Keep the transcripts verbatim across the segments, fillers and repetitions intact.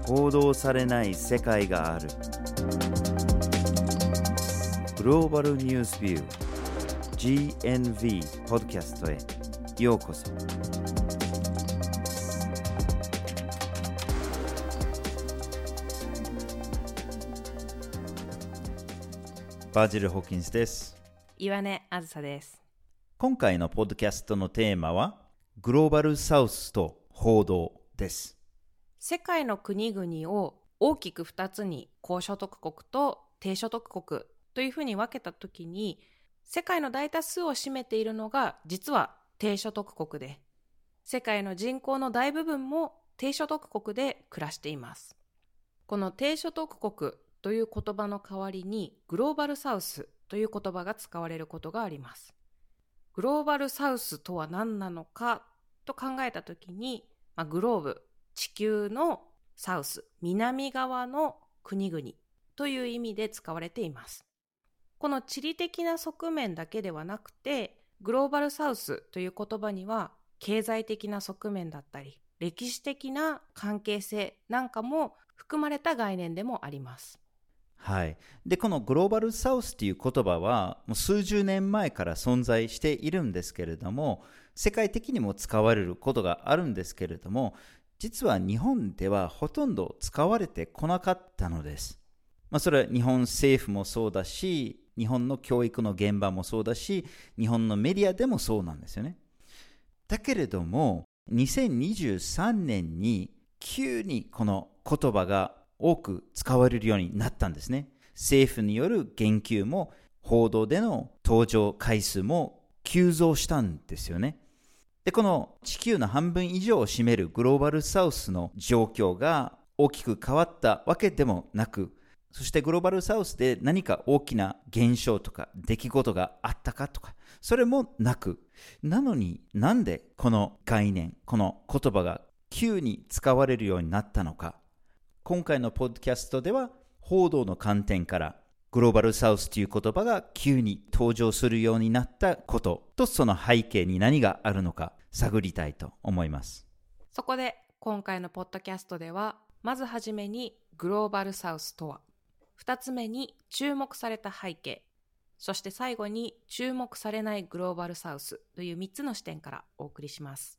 報道されない世界がある。グローバルニュースビュー ジーエヌブイ ポッドキャストへようこそ。バジル・ホーキンスです。 岩根あずさです。 今回のポッドキャストのテーマはグローバルサウスと報道です。 世界の国々を大きくふたつに高所得国と低所得国というふうに分けたときに、世界の大多数を占めているのが実は低所得国で、世界の人口の大部分も低所得国で暮らしています。この低所得国という言葉の代わりにグローバルサウスという言葉が使われることがあります。グローバルサウスとは何なのかと考えたときに、まあ、グローブ、地球のサウス、南側の国々という意味で使われています。この地理的な側面だけではなくて、グローバルサウスという言葉には経済的な側面だったり、歴史的な関係性なんかも含まれた概念でもあります。 はい、でこのグローバルサウスという言葉はもう数十年前から存在しているんですけれども、世界的にも使われることがあるんですけれども、実は日本ではほとんど使われてこなかったのです。まあ、それは日本政府もそうだし、日本の教育の現場もそうだし、日本のメディアでもそうなんですよね。だけれどもにせんにじゅうさんねんに急にこの言葉が多く使われるようになったんですね。政府による言及も報道での登場回数も急増したんですよね。でこの地球の半分以上を占めるグローバルサウスの状況が大きく変わったわけでもなく、そしてグローバルサウスで何か大きな現象とか出来事があったかとか、それもなく、なのになんでこの概念、この言葉が急に使われるようになったのか。今回のポッドキャストでは報道の観点からグローバルサウスという言葉が急に登場するようになったことと、その背景に何があるのか探りたいと思います。 そこで今回のポッドキャストでは、まずはじめにグローバルサウスとは、ふたつめに注目された背景、そして最後に注目されないグローバルサウスというみっつの視点からお送りします。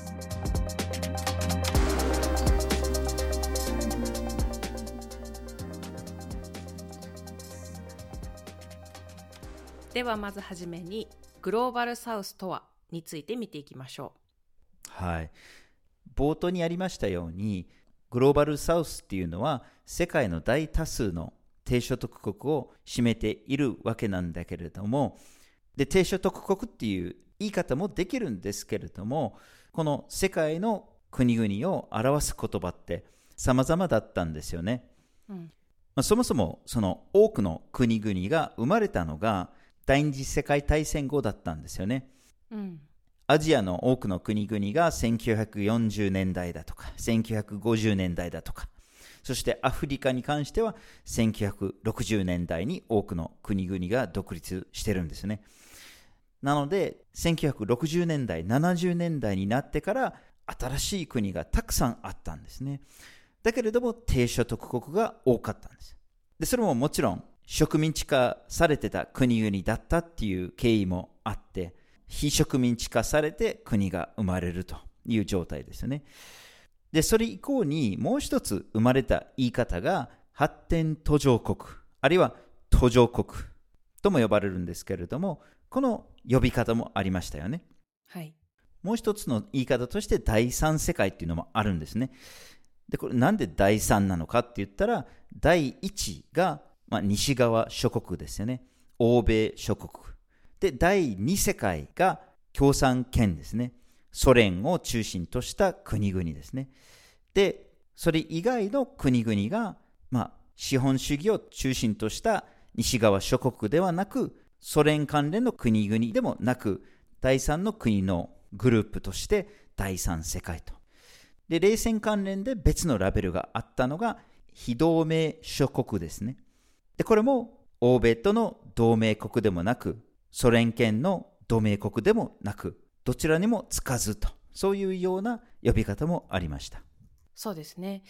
ではまずはじめにグローバルサウスとはについて見ていきましょう。はい。冒頭にありましたように、グローバルサウスっていうのは世界の大多数の低所得国を占めているわけなんだけれども、で低所得国っていう言い方もできるんですけれども、この世界の国々を表す言葉って様々だったんですよね。うんまあ、そもそもその多くの国々が生まれたのが第二次世界大戦後だったんですよね。うん、アジアの多くの国々がせんきゅうひゃくよんじゅうねんだいだとかせんきゅうひゃくごじゅうねんだいだとか、そしてアフリカに関してはせんきゅうひゃくろくじゅうねんだいに多くの国々が独立してるんですね。なのでせんきゅうひゃくろくじゅうねんだいななじゅうねんだいになってから新しい国がたくさんあったんですね。だけれども低所得国が多かったんです。でそれももちろん植民地化されてた国々だったっていう経緯もあって、非植民地化されて国が生まれるという状態ですよね。でそれ以降にもう一つ生まれた言い方が発展途上国、あるいは途上国とも呼ばれるんですけれども、この呼び方もありましたよね。はい。もう一つの言い方として第三世界っていうのもあるんですね。でこれなんで第三なのかって言ったら、第一がまあ、西側諸国ですよね。欧米諸国。で、第二世界が共産圏ですね。ソ連を中心とした国々ですね。で、それ以外の国々が、まあ、資本主義を中心とした西側諸国ではなく、ソ連関連の国々でもなく、第三の国のグループとして第三世界と。で、冷戦関連で別のラベルがあったのが非同盟諸国ですね。でこれも欧米との同盟国でもなく、ソ連圏の同盟国でもなく、どちらにもつかずと、そういうような呼び方もありました。 そうですね。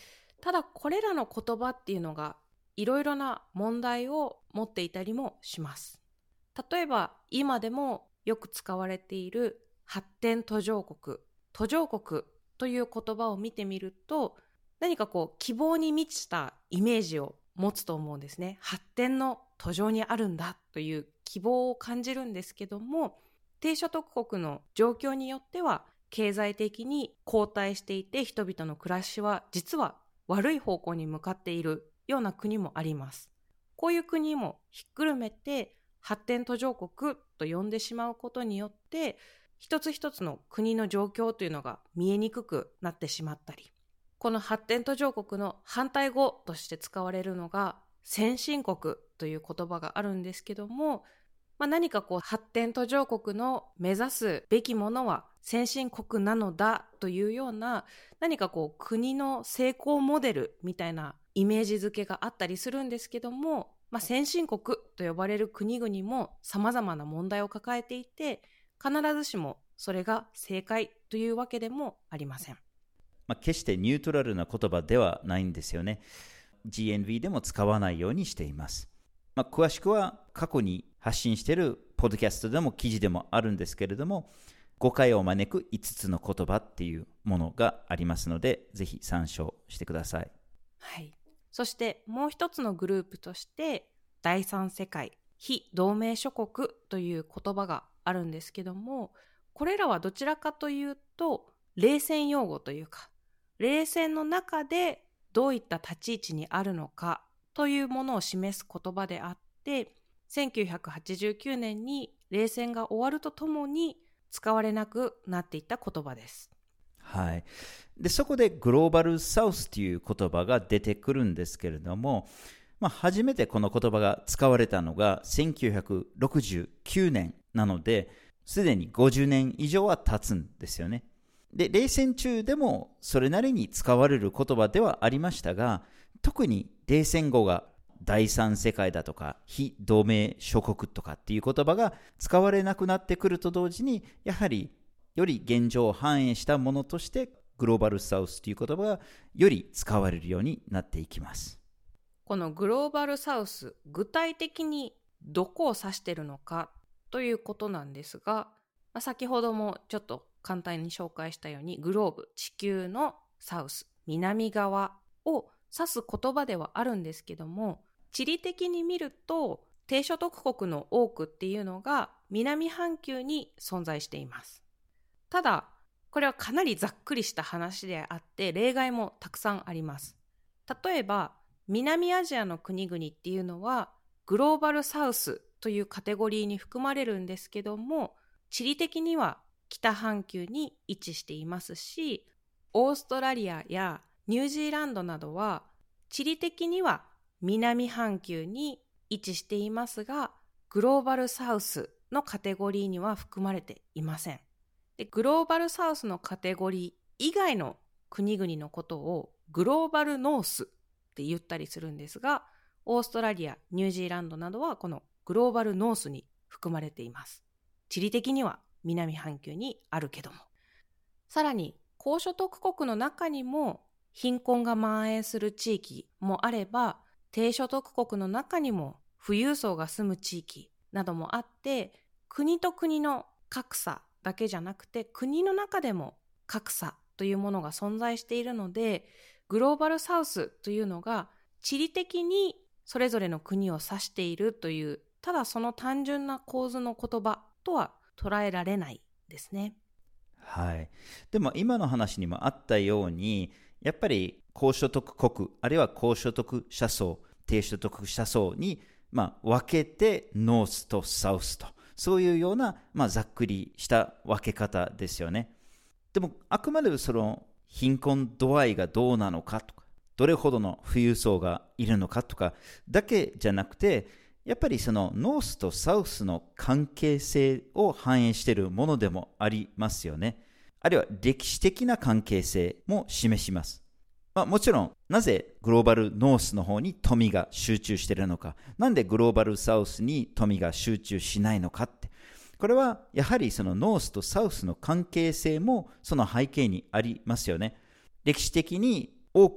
ただこれらの言葉っていうのがいろいろな問題を持っていたりもします。例えば今でもよく使われている発展途上国、途上国という言葉を見てみると、何かこう希望に満ちたイメージを持つと思うんですね。発展の途上にあるんだという希望を感じるんですけども、低所得国の状況によっては経済的に後退していて、人々の暮らしは実は悪い方向に向かっているような国もあります。こういう国もひっくるめて発展途上国と呼んでしまうことによって、一つ一つの国の状況というのが見えにくくなってしまったり、この発展途上国の反対語として使われるのが先進国という言葉があるんですけども、まあ、何かこう発展途上国の目指すべきものは先進国なのだというような、何かこう国の成功モデルみたいなイメージ付けがあったりするんですけども、まあ、先進国と呼ばれる国々も様々な問題を抱えていて、必ずしもそれが正解というわけでもありません。 まあ、決してニュートラルな言葉ではないんですよね。ジーエヌブイ でも使わないようにしています。まあ、詳しくは過去に発信しているポッドキャストでも記事でもあるんですけれども、誤解を招くいつつの言葉っていうものがありますので、ぜひ参照してください。 はい。そしてもう一つのグループとして第三世界、非同盟諸国という言葉があるんですけども、これらはどちらかというと冷戦用語というか、冷戦の中でどういった立ち位置にあるのかというものを示す言葉であって、せんきゅうひゃくはちじゅうきゅうねんに冷戦が終わるとともに使われなくなっていった言葉です。 はい。で、そこでグローバルサウスという言葉が出てくるんですけれども、まあ、初めてこの言葉が使われたのがせんきゅうひゃくろくじゅうきゅうねんなので、すでにごじゅうねん以上は経つんですよね。で、冷戦中でもそれなりに使われる言葉ではありましたが、特に冷戦後が第三世界だとか非同盟諸国とかっていう言葉が使われなくなってくると同時に、やはりより現状を反映したものとしてグローバルサウスという言葉がより使われるようになっていきます。 このグローバルサウス、具体的にどこを指しているのかということなんですが、まあ、先ほどもちょっと簡単に紹介したように、グローブ、地球のサウス、南側を指す言葉ではあるんですけども、地理的に見ると低所得国の多くっていうのが南半球に存在しています。ただこれはかなりざっくりした話であって、例外もたくさんあります。例えば南アジアの国々っていうのはグローバルサウスというカテゴリーに含まれるんですけども、地理的には北半球に位置していますし、オーストラリアやニュージーランドなどは地理的には南半球に位置していますが、グローバルサウスのカテゴリーには含まれていません。で、グローバルサウスのカテゴリー以外の国々のことをグローバルノースって言ったりするんですが、オーストラリア、ニュージーランドなどはこのグローバルノースに含まれています。地理的には南半球にあるけども。さらに高所得国の中にも貧困が蔓延する地域もあれば、低所得国の中にも富裕層が住む地域などもあって、国と国の格差だけじゃなくて国の中でも格差というものが存在しているので、グローバルサウスというのが地理的にそれぞれの国を指しているという、ただその単純な構図の言葉とは捉えられないですね。 はい。でも今の話にもあったように、やっぱり高所得国あるいは高所得者層、低所得者層に、まあ、分けてノースとサウスと、そういうような、まあ、ざっくりした分け方ですよね。でもあくまでその貧困度合いがどうなのかとか、どれほどの富裕層がいるのかとかだけじゃなくて、やっぱりそのノースとサウスの関係性を反映しているものでもありますよね。あるいは歴史的な関係性も示します。まあ、もちろんなぜグローバルノースの方に富が集中しているのか、なんでグローバルサウスに富が集中しないのかって、これはやはりそのノースとサウスの関係性もその背景にありますよね。歴史的に多くの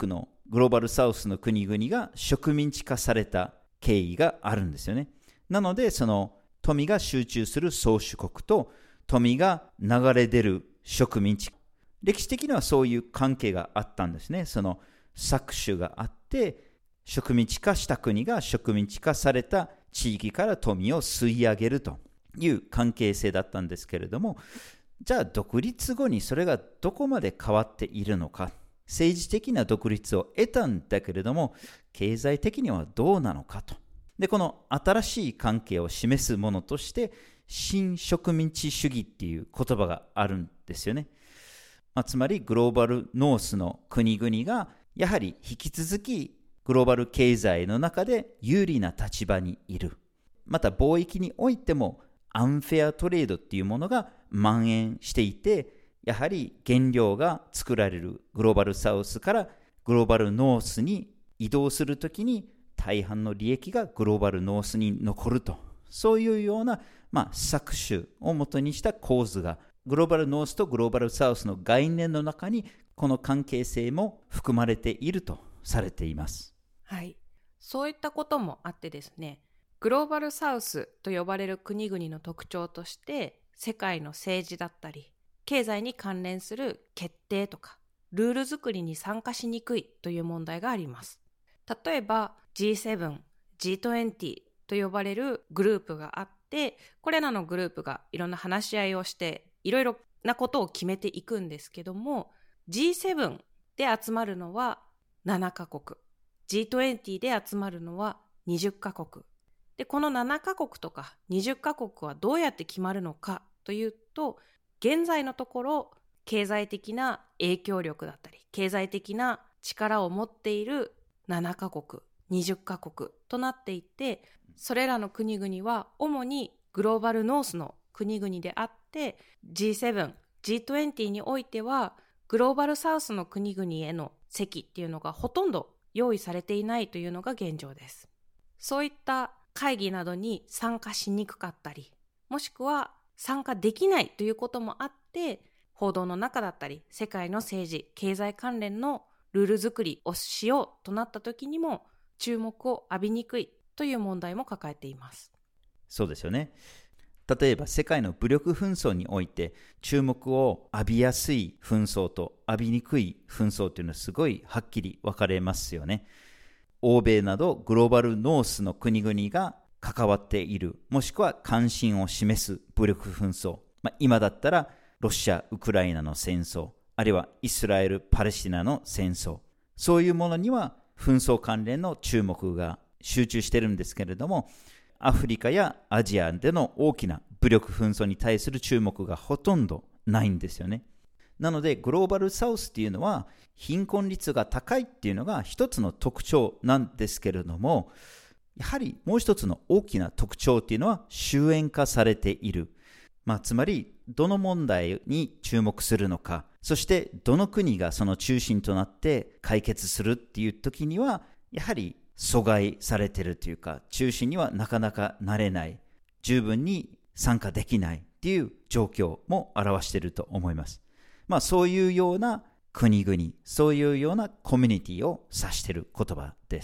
グローバルサウスの国々が植民地化された経緯があるんですよね。なのでその富が集中する宗主国と富が流れ出る植民地、歴史的にはそういう関係があったんですね。その搾取があって植民地化した国が植民地化された地域から富を吸い上げるという関係性だったんですけれども、じゃあ独立後にそれがどこまで変わっているのか。政治的な独立を得たんだけれども経済的にはどうなのかと。でこの新しい関係を示すものとして新植民地主義っていう言葉があるんですよね。まあ、つまりグローバルノースの国々がやはり引き続きグローバル経済の中で有利な立場にいる。また貿易においてもアンフェアトレードっていうものが蔓延していて、やはり原料が作られるグローバルサウスからグローバルノースに移動するときに大半の利益がグローバルノースに残ると、そういうような、まあ、搾取をもとにした構図がグローバルノースとグローバルサウスの概念の中にこの関係性も含まれているとされています。 はい、そういったこともあってですね、グローバルサウスと呼ばれる国々の特徴として世界の政治だったり経済に関連する決定とかルール作りに参加しにくいという問題があります。例えば ジーセブン、ジートゥエンティー と呼ばれるグループがあって、これらのグループがいろんな話し合いをしていろいろなことを決めていくんですけども、 ジーセブン で集まるのはななカ国、 ジートゥエンティー で集まるのはにじゅっカ国で、このななカ国とかにじゅっカ国はどうやって決まるのかというと、現在のところ経済的な影響力だったり経済的な力を持っているななカ国、にじゅっカ国となっていて、それらの国々は主にグローバルノースの国々であって、 ジーセブン、ジートゥエンティー においてはグローバルサウスの国々への席っていうのがほとんど用意されていないというのが現状です。そういった会議などに参加しにくかったり、もしくは参加できないということもあって、報道の中だったり世界の政治経済関連のルール作りをしようとなった時にも注目を浴びにくいという問題も抱えています。 そうですよね。例えば世界の武力紛争において注目を浴びやすい紛争と浴びにくい紛争というのはすごいはっきり分かれますよね。欧米などグローバルノースの国々が関わっている、もしくは関心を示す武力紛争、まあ、今だったらロシア・ウクライナの戦争、あるいはイスラエル・パレスチナの戦争、そういうものには紛争関連の注目が集中しているんですけれども、アフリカやアジアでの大きな武力紛争に対する注目がほとんどないんですよね。なのでグローバルサウスっていうのは貧困率が高いっていうのが一つの特徴なんですけれども、やはりもう一つの大きな特徴っていうのは終焉化されている、まあ、つまりどの問題に注目するのか、そしてどの国がその中心となって解決するっていう時にはやはり阻害されているというか、中心にはなかなかなれない、十分に参加できないっていう状況も表していると思います。まあそういうような国々、そういうようなコミュニティを指している言葉です。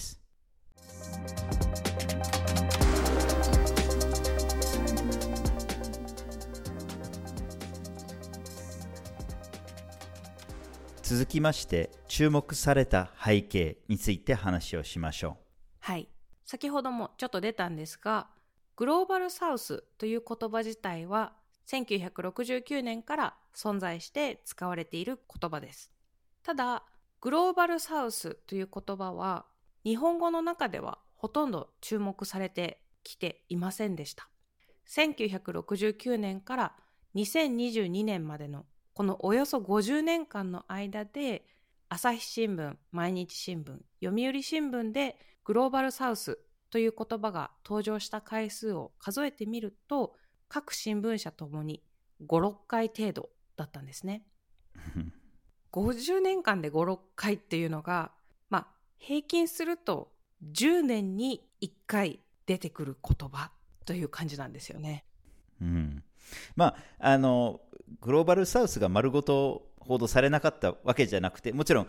続きまして注目された背景について話をしましょう。 はい、先ほどもちょっと出たんですが、グローバルサウスという言葉自体はせんきゅうひゃくろくじゅうきゅうねんから存在して使われている言葉です。ただグローバルサウスという言葉は日本語の中ではほとんど注目されてきていませんでした。せんきゅうひゃくろくじゅうきゅうねんからにせんにじゅうにねんまでのこのおよそごじゅうねんかんの間で、朝日新聞、毎日新聞、読売新聞でグローバルサウスという言葉が登場した回数を数えてみると、各新聞社ともにご、ろっかい程度だったんですね。ごじゅうねんかんでご、ろっかいっていうのが、まあ平均するとじゅうねんにいっかい出てくる言葉という感じなんですよね。 うん、まああのグローバルサウスが丸ごと報道されなかったわけじゃなくて、もちろん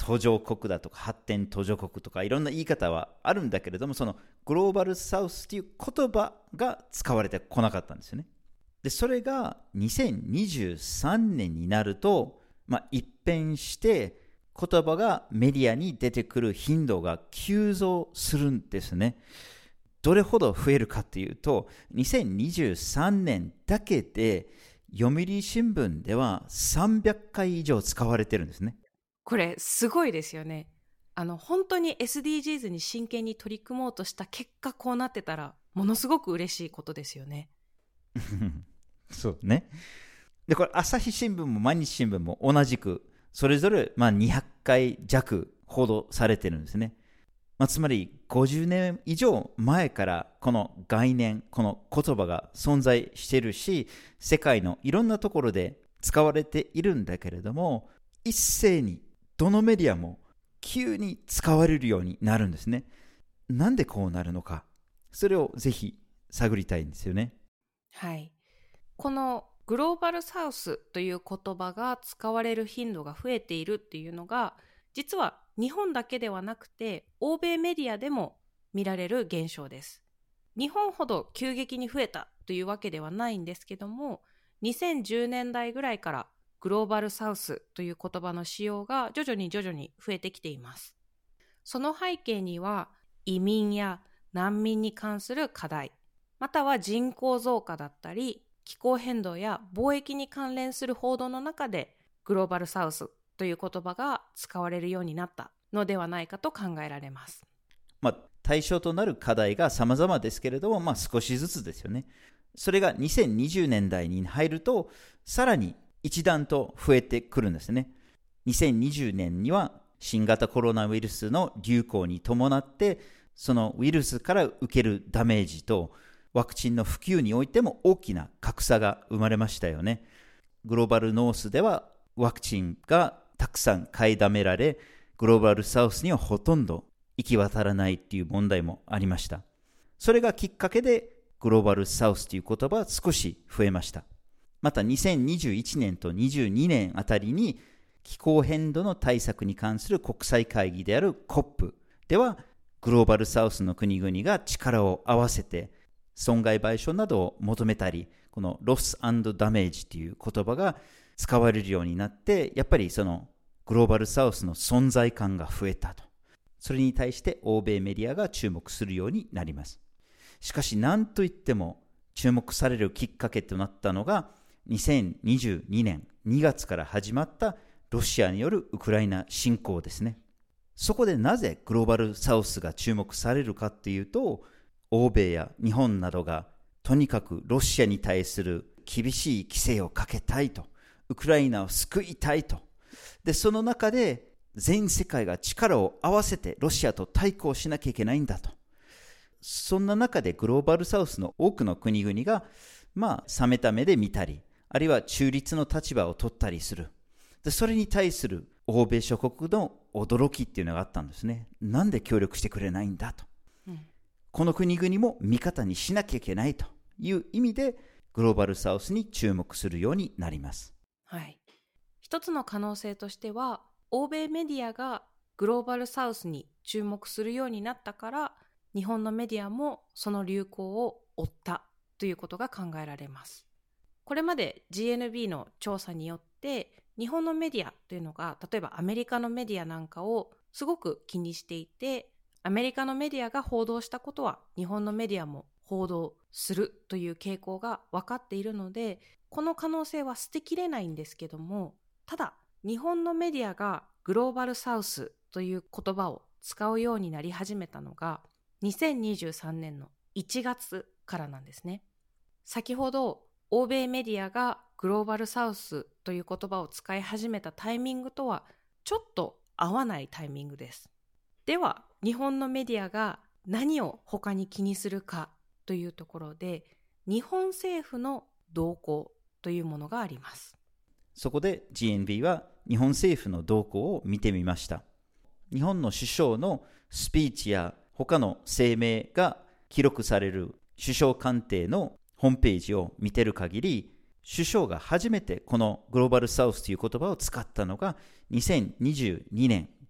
途上国だとか発展途上国とかいろんな言い方はあるんだけれども、そのグローバルサウスという言葉が使われてこなかったんですよね。でそれがにせんにじゅうさんねんになると、まあ、一変して言葉がメディアに出てくる頻度が急増するんですね。どれほど増えるかというと、にせんにじゅうさんねんだけで読売新聞ではさんびゃっかい以上使われてるんですね。 これすごいですよね。あの本当に エスディージーズ に真剣に取り組もうとした結果こうなってたらものすごく嬉しいことですよね。 そうね。でこれ朝日新聞も毎日新聞も同じくそれぞれまあにひゃっかい弱報道されてるんですね。まあ、つまりごじゅうねん以上前からこの概念、この言葉が存在しているし、世界のいろんなところで使われているんだけれども、一斉にどのメディアも急に使われるようになるんですね。なんでこうなるのか、それをぜひ探りたいんですよね。 はい。このグローバルサウスという言葉が使われる頻度が増えているっていうのが、実は日本だけではなくて欧米メディアでも見られる現象です。日本ほど急激に増えたというわけではないんですけども、にせんじゅうねんだいぐらいからグローバルサウスという言葉の使用が徐々に徐々に増えてきています。その背景には移民や難民に関する課題、または人口増加だったり気候変動や貿易に関連する報道の中でグローバルサウスという言葉が使われるようになったのではないかと考えられます。 まあ、対象となる課題が様々ですけれども、まあ、少しずつですよね。それがにせんにじゅうねんだいに入るとさらに一段と増えてくるんですね。にせんにじゅうねんには新型コロナウイルスの流行に伴ってそのウイルスから受けるダメージとワクチンの普及においても大きな格差が生まれましたよね。グローバルノースではワクチンがたくさん買いだめられ、グローバルサウスにはほとんど行き渡らないっていう問題もありました。それがきっかけでグローバルサウスという言葉は少し増えました。またにせんにじゅういちねんとにじゅうにねんあたりに気候変動の対策に関する国際会議である コップ ではグローバルサウスの国々が力を合わせて損害賠償などを求めたり、このロス&ダメージという言葉が使われるようになって、やっぱりそのグローバルサウスの存在感が増えたと。それに対して欧米メディアが注目するようになります。しかし何といっても注目されるきっかけとなったのがにせんにじゅうにねんにがつから始まったロシアによるウクライナ侵攻ですね。そこでなぜグローバルサウスが注目されるかっていうと、欧米や日本などがとにかくロシアに対する厳しい規制をかけたいと、ウクライナを救いたいと。で、その中で全世界が力を合わせてロシアと対抗しなきゃいけないんだと。そんな中でグローバルサウスの多くの国々がまあ冷めた目で見たり、あるいは中立の立場を取ったりする。で、それに対する欧米諸国の驚きっていうのがあったんですね。なんで協力してくれないんだと、うん、この国々も味方にしなきゃいけないという意味でグローバルサウスに注目するようになります。 はい。一つの可能性としては、欧米メディアがグローバルサウスに注目するようになったから日本のメディアもその流行を追ったということが考えられます。これまで ジーエヌビー の調査によって日本のメディアというのが、例えばアメリカのメディアなんかをすごく気にしていて、アメリカのメディアが報道したことは日本のメディアも報道するという傾向が分かっているので、この可能性は捨てきれないんですけども、ただ日本のメディアがグローバルサウスという言葉を使うようになり始めたのがにせんにじゅうさんねんのいちがつからなんですね。先ほど欧米メディアがグローバルサウスという言葉を使い始めたタイミングとはちょっと合わないタイミングです。では日本のメディアが何を他に気にするかというところで、日本政府の動向というものがあります。 そこで ジーエヌビー は日本政府の動向を見てみました。日本の首相のスピーチや他の声明が記録される首相官邸のホームページを見てる限り、首相が初めてこのグローバルサウスという言葉を使ったのがにせんにじゅうにねん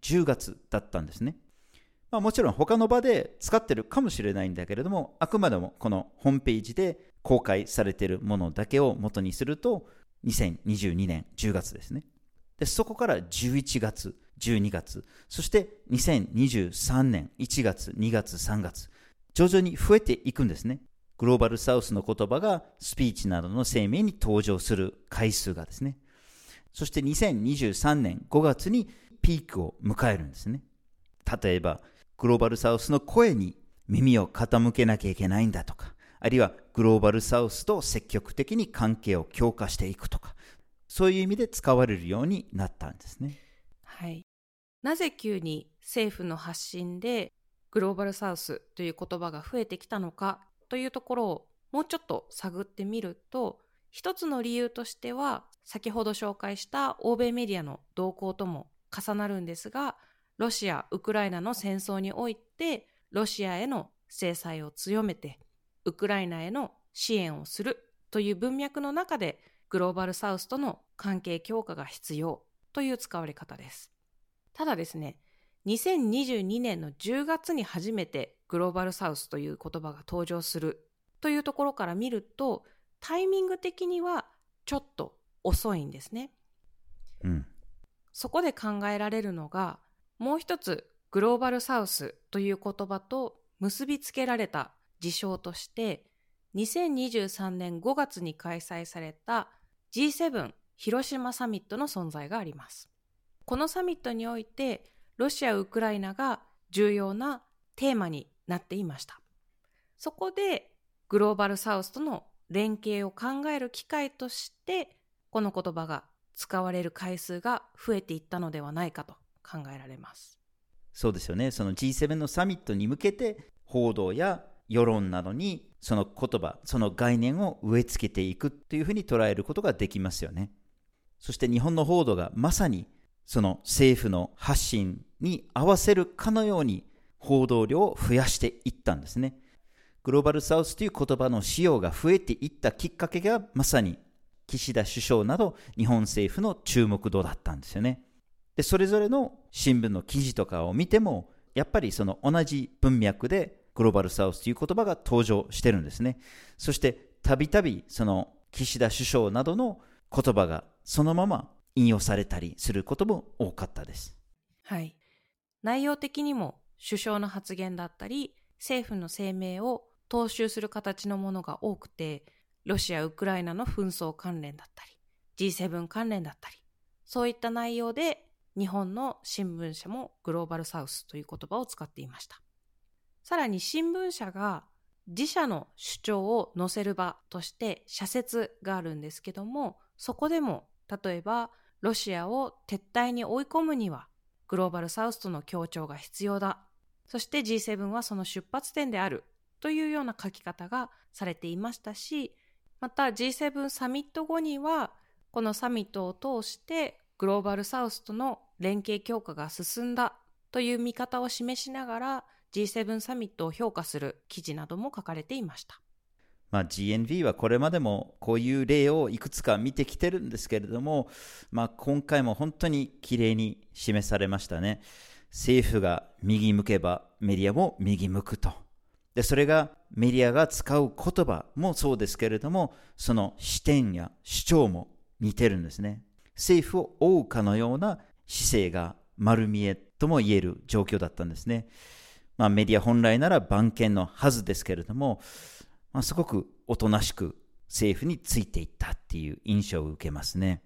じゅうがつだったんですね。まあ、もちろん他の場で使ってるかもしれないんだけれども、あくまでもこのホームページで公開されているものだけを元にするとにせんにじゅうにねんじゅうがつですね。でそこからじゅういちがつ、じゅうにがつ、そしてにせんにじゅうさんねんいちがつ、にがつ、さんがつ、徐々に増えていくんですね。グローバルサウスの言葉がスピーチなどの声明に登場する回数がですね。そしてにせんにじゅうさんねんごがつにピークを迎えるんですね。例えばグローバルサウスの声に耳を傾けなきゃいけないんだとか、あるいはグローバルサウスと積極的に関係を強化していくとか、そういう意味で使われるようになったんですね。 はい。なぜ急に政府の発信でグローバルサウスという言葉が増えてきたのかというところをもうちょっと探ってみると、一つの理由としては先ほど紹介した欧米メディアの動向とも重なるんですが、ロシア・ウクライナの戦争においてロシアへの制裁を強めてウクライナへの支援をするという文脈の中でグローバルサウスとの関係強化が必要という使われ方です。ただですね、にせんにじゅうにねんのじゅうがつに初めてグローバルサウスという言葉が登場するというところから見ると、タイミング的にはちょっと遅いんですね。 うん、 そこで考えられるのが、もう一つグローバルサウスという言葉と結びつけられた事象として、にせんにじゅうさんねんごがつに開催された ジーセブン 広島サミットの存在があります。このサミットにおいてロシア・ウクライナが重要なテーマになっていました。そこでグローバルサウスとの連携を考える機会としてこの言葉が使われる回数が増えていったのではないかと考えられます。 そうですよね。その ジーセブン のサミットに向けて報道や世論などにその言葉、その概念を植え付けていくというふうに捉えることができますよね。そして日本の報道がまさにその政府の発信に合わせるかのように報道量を増やしていったんですね。グローバルサウスという言葉の使用が増えていったきっかけがまさに岸田首相など日本政府の注目度だったんですよね。で、それぞれの新聞の記事とかを見てもやっぱりその同じ文脈でグローバルサウスという言葉が登場してるんですね。そしてたびたびその岸田首相などの言葉がそのまま引用されたりすることも多かったです。 はい。内容的にも首相の発言だったり政府の声明を踏襲する形のものが多くて、ロシア・ウクライナの紛争関連だったり ジーセブン 関連だったり、そういった内容で日本の新聞社もグローバルサウスという言葉を使っていました。さらに新聞社が自社の主張を載せる場として社説があるんですけども、そこでも例えばロシアを撤退に追い込むにはグローバルサウスとの協調が必要だ、そして ジーセブン はその出発点であるというような書き方がされていましたし、また ジーセブン サミット後にはこのサミットを通してグローバルサウスとの連携強化が進んだという見方を示しながら ジーセブン サミットを評価する記事なども書かれていました。 まあ、ジーエヌブイ はこれまでもこういう例をいくつか見てきてるんですけれども、まあ、今回も本当にきれいに示されましたね。政府が右向けばメディアも右向くと。で、それがメディアが使う言葉もそうですけれども、その視点や主張も似てるんですね。政府を追うかのような姿勢が丸見えとも言える状況だったんですね。まあ、メディア本来なら番犬のはずですけれども、まあ、すごくおとなしく政府についていったっていう印象を受けますね。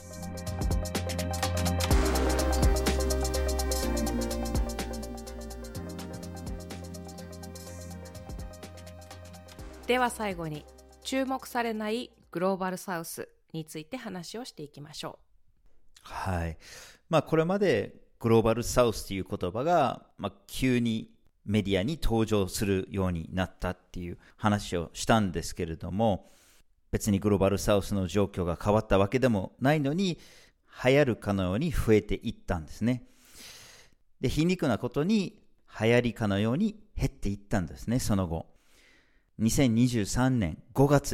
では最後に注目されないグローバルサウスについて話をしていきましょう。 はい。まあ、これまでグローバルサウスという言葉が、まあ、急にメディアに登場するようになったっていう話をしたんですけれども、別にグローバルサウスの状況が変わったわけでもないのに、流行るかのように増えていったんですね。で、皮肉なことに流行りかのように減っていったんですね、その後。にせんにじゅうさんねんごがつに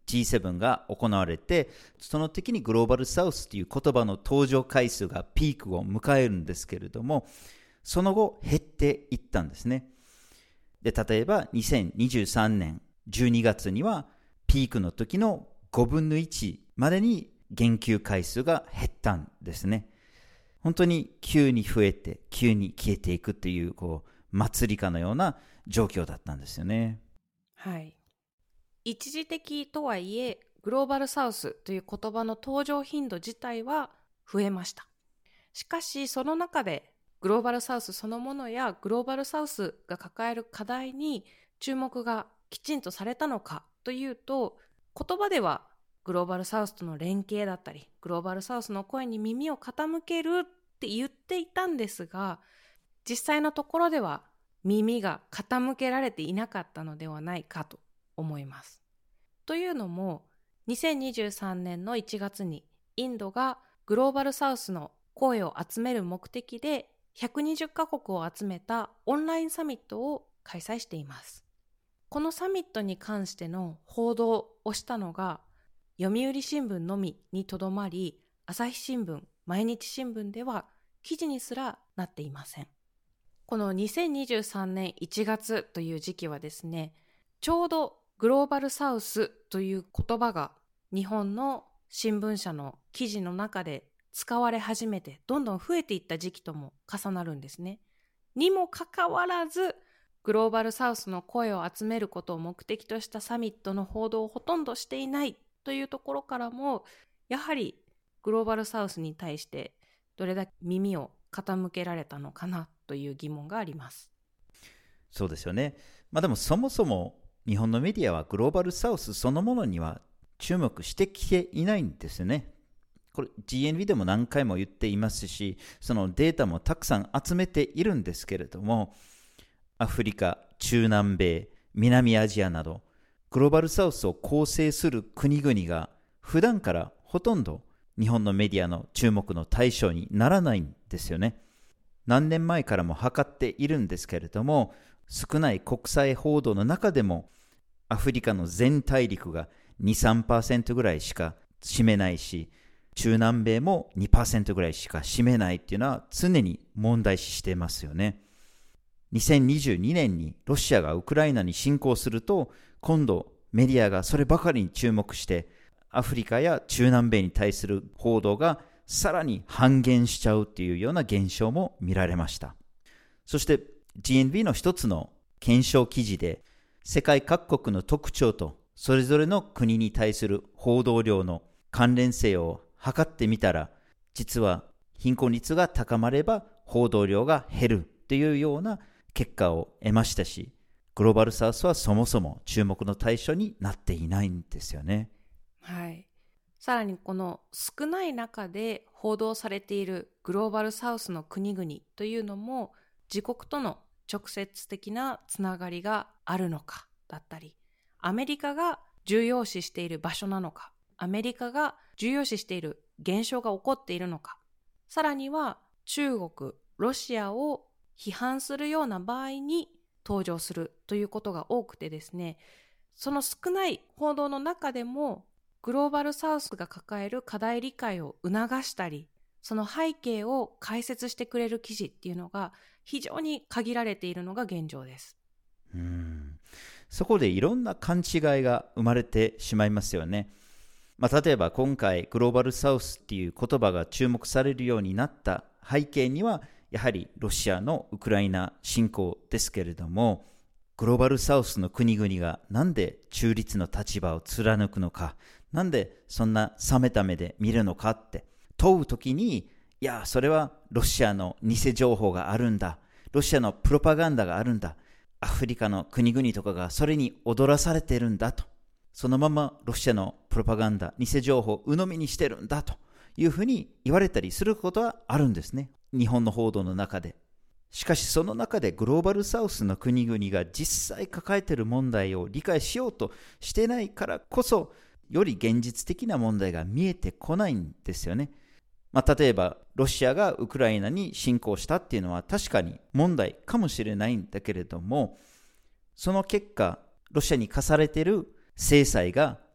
ジーセブン が行われて、その時にグローバルサウスという言葉の登場回数がピークを迎えるんですけれども、その後減っていったんですね。で、例えばにせんにじゅうさんねんじゅうにがつにはピークの時のごぶんのいちまでに言及回数が減ったんですね。本当に急に増えて急に消えていくという、こう祭りかのような状況だったんですよね。 はい。一時的とはいえ、グローバルサウスという言葉の登場頻度自体は増えました。しかしその中でグローバルサウスそのものやグローバルサウスが抱える課題に注目がきちんとされたのかというと、言葉ではグローバルサウスとの連携だったり、グローバルサウスの声に耳を傾けるって言っていたんですが、実際のところでは耳が傾けられていなかったのではないかと思います。というのも、にせんにじゅうさんねんのいちがつにインドがグローバルサウスの声を集める目的でひゃくにじゅっかこくを集めたオンラインサミットを開催しています。このサミットに関しての報道をしたのが読売新聞のみにとどまり、朝日新聞、毎日新聞では記事にすらなっていません。このにせんにじゅうさんねんいちがつという時期はですね、ちょうどグローバルサウスという言葉が日本の新聞社の記事の中で使われ始めて、どんどん増えていった時期とも重なるんですね。にもかかわらず、グローバルサウスの声を集めることを目的としたサミットの報道をほとんどしていないというところからも、やはりグローバルサウスに対してどれだけ耳を傾けられたのかなという疑問があります。 そうですよね。まあでもそもそも日本のメディアはグローバルサウスそのものには注目してきていないんですよね。これ ジーエヌビー でも何回も言っていますし、そのデータもたくさん集めているんですけれども、アフリカ、中南米、南アジアなどグローバルサウスを構成する国々が普段からほとんど日本のメディアの注目の対象にならないんですよね。何年前からも測っているんですけれども、少ない国際報道の中でもアフリカの全大陸が に、さんパーセント ぐらいしか占めないし、中南米も にパーセント ぐらいしか占めないっていうのは常に問題視していますよね。にせんにじゅうにねんにロシアがウクライナに侵攻すると、今度メディアがそればかりに注目してアフリカや中南米に対する報道がさらに半減しちゃうっていうような現象も見られました。そして ジーエヌビー の一つの検証記事で、世界各国の特徴とそれぞれの国に対する報道量の関連性を測ってみたら、実は貧困率が高まれば報道量が減るというような結果を得ましたし、グローバルサウスはそもそも注目の対象になっていないんですよね。 はい。さらにこの少ない中で報道されているグローバルサウスの国々というのも、自国との直接的なつながりがあるのかだったり、アメリカが重要視している場所なのか、アメリカが重要視している現象が起こっているのか、さらには中国、ロシアを批判するような場合に登場するということが多くてですね、その少ない報道の中でもグローバルサウスが抱える課題理解を促したり、その背景を解説してくれる記事っていうのが非常に限られているのが現状です。 うーんそこでいろんな勘違いが生まれてしまいますよね。まあ、例えば今回グローバルサウスっていう言葉が注目されるようになった背景には、やはりロシアのウクライナ侵攻ですけれども、グローバルサウスの国々がなんで中立の立場を貫くのか、なんでそんな冷めた目で見るのかって問うときに、いやそれはロシアの偽情報があるんだ、ロシアのプロパガンダがあるんだ、アフリカの国々とかがそれに踊らされているんだと、そのままロシアのプロパガンダ、偽情報を鵜呑みにしてるんだというふうに言われたりすることはあるんですね、日本の報道の中で。しかしその中でグローバルサウスの国々が実際抱えている問題を理解しようとしてないからこそ、より現実的な問題が見えてこないんですよね。まあ、例えばロシアがウクライナに侵攻したっていうのは確かに問題かもしれないんだけれども、その結果ロシアに課されている制裁が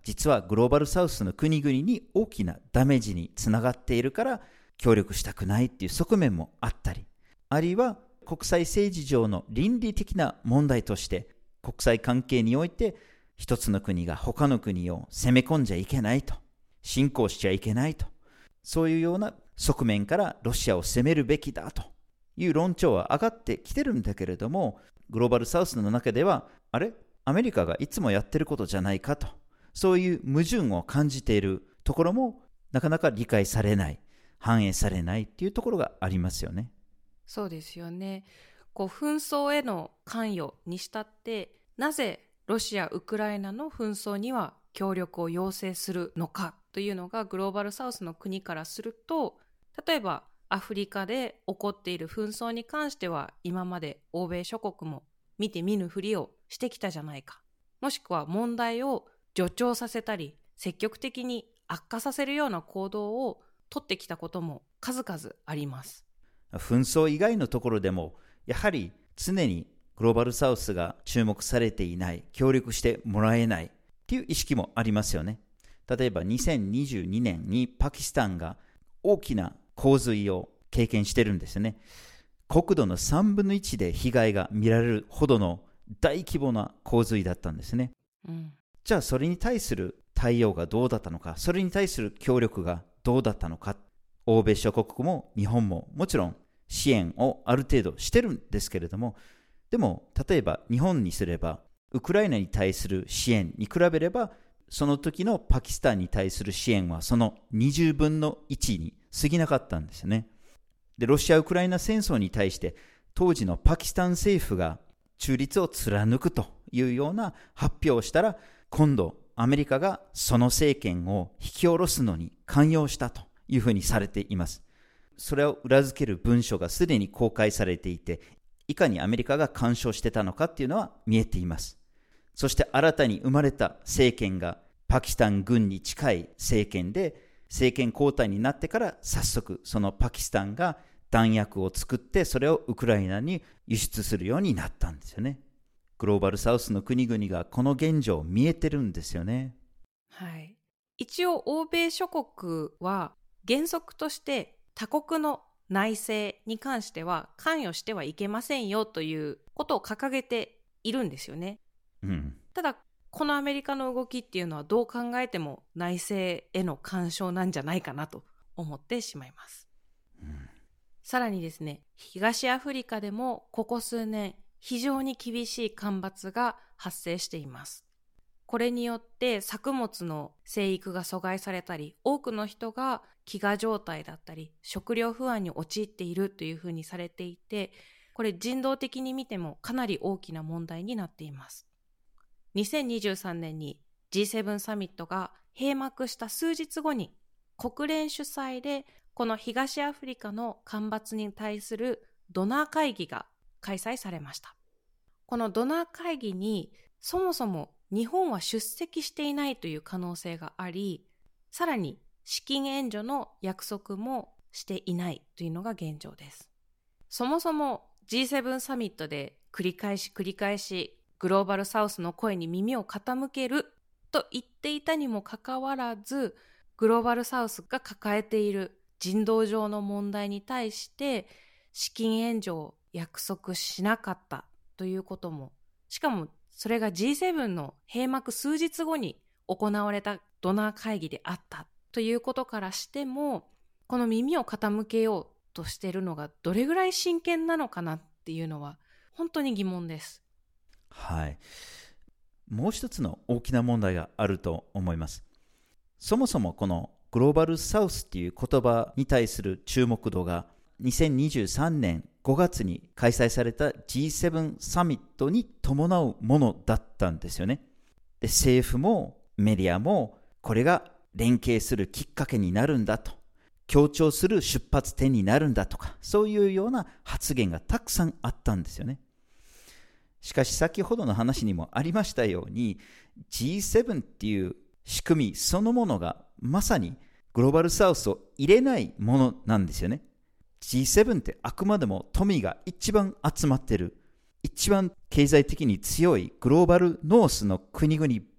実はグローバルサウスの国々に大きなダメージにつながっているから協力したくないっていう側面もあったり、あるいは国際政治上の倫理的な問題として国際関係において一つの国が他の国を攻め込んじゃいけないと、侵攻しちゃいけないと、そういうような側面からロシアを攻めるべきだという論調は上がってきてるんだけれども、グローバルサウスの中ではあれアメリカがいつもやってることじゃないかと、そういう矛盾を感じているところもなかなか理解されない、反映されないっていうところがありますよね。 そうですよね。こう紛争への関与にしたって、なぜロシア・ウクライナの紛争には協力を要請するのかというのがグローバルサウスの国からすると、例えばアフリカで起こっている紛争に関しては今まで欧米諸国も見て見ぬふりをしてきたじゃないか、もしくは問題を助長させたり積極的に悪化させるような行動を取ってきたことも数々あります。 紛争以外のところでもやはり常にグローバルサウスが注目されていない、協力してもらえないっていう意識もありますよね。例えばにせんにじゅうにねんにパキスタンが大きな洪水を経験してるんですよね。国土のさんぶんのいちで被害が見られるほどの大規模な洪水だったんですね、うん、じゃあそれに対する対応がどうだったのか、それに対する協力がどうだったのか、欧米諸国も日本ももちろん支援をある程度してるんですけれども、でも例えば日本にすればウクライナに対する支援に比べればその時のパキスタンに対する支援はそのにじゅうぶんのいちに過ぎなかったんですよね。で、ロシア・ウクライナ戦争に対して当時のパキスタン政府が中立を貫くというような発表をしたら、今度アメリカがその政権を引き下ろすのに関与したというふうにされています。それを裏付ける文書がすでに公開されていて、いかにアメリカが干渉してたのかっていうのは見えています。そして新たに生まれた政権がパキスタン軍に近い政権で、政権交代になってから早速そのパキスタンが弾薬を作ってそれをウクライナに輸出するようになったんですよね。グローバルサウスの国々がこの現状を見えてるんですよね。 はい。一応欧米諸国は原則として他国の内政に関しては関与してはいけませんよということを掲げているんですよね、うん、ただこのアメリカの動きっていうのはどう考えても内政への干渉なんじゃないかなと思ってしまいます、うん、さらにですね、東アフリカでもここ数年非常に厳しい干ばつが発生しています。これによって作物の生育が阻害されたり、多くの人が飢餓状態だったり食料不安に陥っているというふうにされていて、これ人道的に見てもかなり大きな問題になっています。にせんにじゅうさんねんに ジーセブン サミットが閉幕した数日後に国連主催でこの東アフリカの干ばつに対するドナー会議が開催されました。このドナー会議にそもそも日本は出席していないという可能性があり、さらに資金援助の約束もしていないというのが現状です。そもそも ジーセブン サミットで繰り返し繰り返しグローバルサウスの声に耳を傾けると言っていたにもかかわらず、グローバルサウスが抱えている人道上の問題に対して資金援助を約束しなかったということも、しかもそれが ジーセブン の閉幕数日後に行われたドナー会議であったということからしても、この耳を傾けようとしているのがどれぐらい真剣なのかなっていうのは本当に疑問です。 はい。もう一つの大きな問題があると思います。そもそもこのグローバルサウスっていう言葉に対する注目度がにせんにじゅうさんねんごがつに開催された ジーセブン サミットに伴うものだったんですよね。で、政府もメディアもこれが連携するきっかけになるんだと、強調する出発点になるんだとか、そういうような発言がたくさんあったんですよね。しかし先ほどの話にもありましたように ジーセブン っていう仕組みそのものがまさにグローバルサウスを入れないものなんですよね。 ジーセブン ってあくまでも富が一番集まってる、一番経済的に強いグローバルノースの国々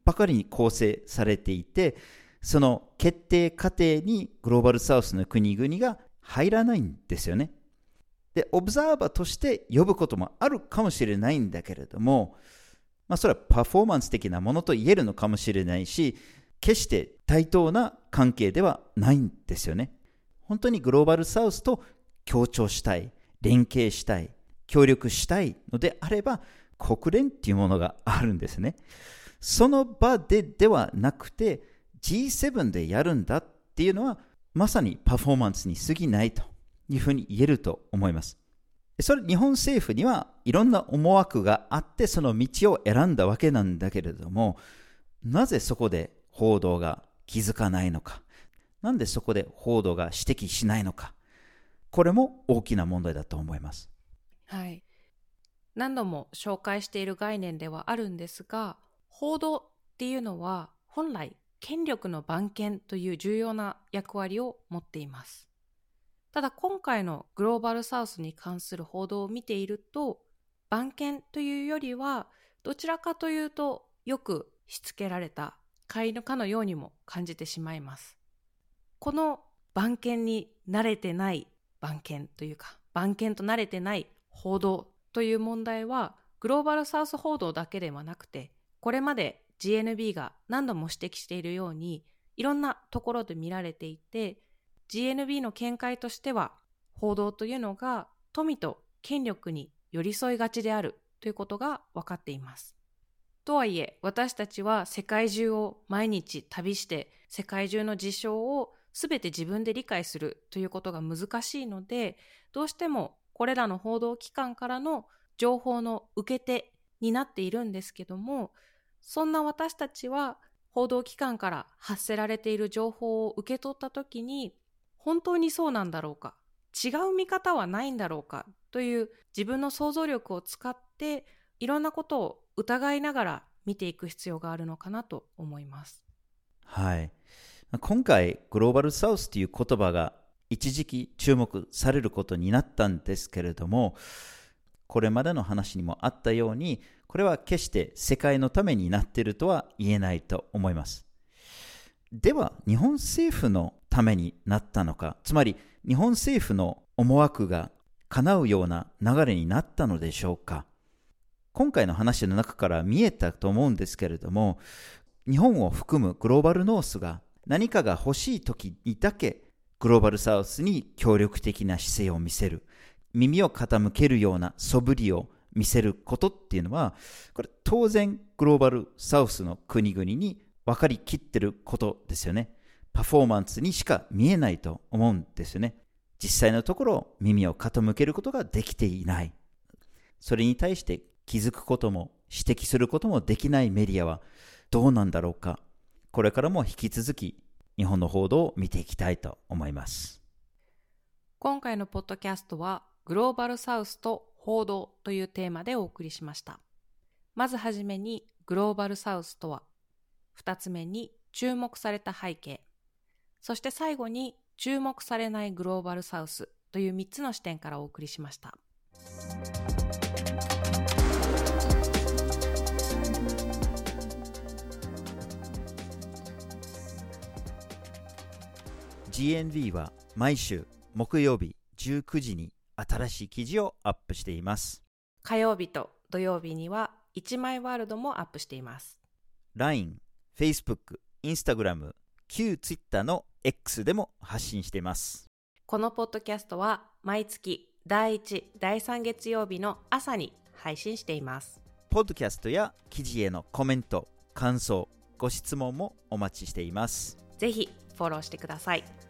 ばかりに構成されていて、その決定過程にグローバルサウスの国々が入らないんですよね。で、オブザーバーとして呼ぶこともあるかもしれないんだけれども、まあ、それはパフォーマンス的なものと言えるのかもしれないし、決して対等な関係ではないんですよね。本当にグローバルサウスと協調したい、連携したい、協力したいのであれば、国連っていうものがあるんですね。その場でではなくて ジーセブン でやるんだっていうのはまさにパフォーマンスに過ぎないというふうに言えると思います。それ日本政府にはいろんな思惑があってその道を選んだわけなんだけれども、なぜそこで報道が気づかないのか、なんでそこで報道が指摘しないのか、これも大きな問題だと思います。 はい。何度も紹介している概念ではあるんですが、報道っていうのは本来権力の番犬という重要な役割を持っています。ただ今回のグローバルサウスに関する報道を見ていると、番犬というよりはどちらかというとよくしつけられた飼い犬かのようにも感じてしまいます。この番犬に慣れてない番犬というか、番犬と慣れてない報道という問題はグローバルサウス報道だけではなくて、これまで ジーエヌビー が何度も指摘しているようにいろんなところで見られていて、 ジーエヌビー の見解としては報道というのが富と権力に寄り添いがちであるということが分かっています。とはいえ私たちは世界中を毎日旅して世界中の事象をすべて自分で理解するということが難しいので、どうしてもこれらの報道機関からの情報の受け手になっているんですけども、そんな私たちは報道機関から発せられている情報を受け取ったときに、本当にそうなんだろうか、違う見方はないんだろうかという自分の想像力を使っていろんなことを疑いながら見ていく必要があるのかなと思います。 はい。今回グローバルサウスという言葉が一時期注目されることになったんですけれども、これまでの話にもあったように、これは決して世界のためになっているとは言えないと思います。では日本政府のためになったのか、つまり日本政府の思惑が叶うような流れになったのでしょうか。今回の話の中から見えたと思うんですけれども、日本を含むグローバルノースが何かが欲しい時にだけグローバルサウスに協力的な姿勢を見せる、耳を傾けるような素振りを見せることっていうのは、これ当然グローバルサウスの国々に分かりきってることですよね。パフォーマンスにしか見えないと思うんですよね。実際のところ耳を傾けることができていない。それに対して気づくことも指摘することもできないメディアはどうなんだろうか。これからも引き続き日本の報道を見ていきたいと思います。 今回のポッドキャストはグローバルサウスと報道というテーマでお送りしました。まずはじめにグローバルサウスとは、二つ目に注目された背景、そして最後に注目されないグローバルサウスというみっつの視点からお送りしました。 ジーエヌビー は毎週木曜日じゅうくじに新しい記事をアップしています。 火曜日と土曜日にはいちまいワールドもアップしています。 ライン、Facebook、Instagram、旧 Twitter の X でも発信しています。 このポッドキャストは毎月だいいち、だいさん月曜日の朝に配信しています。 ポッドキャストや記事へのコメント、感想、ご質問もお待ちしています。 ぜひフォローしてください。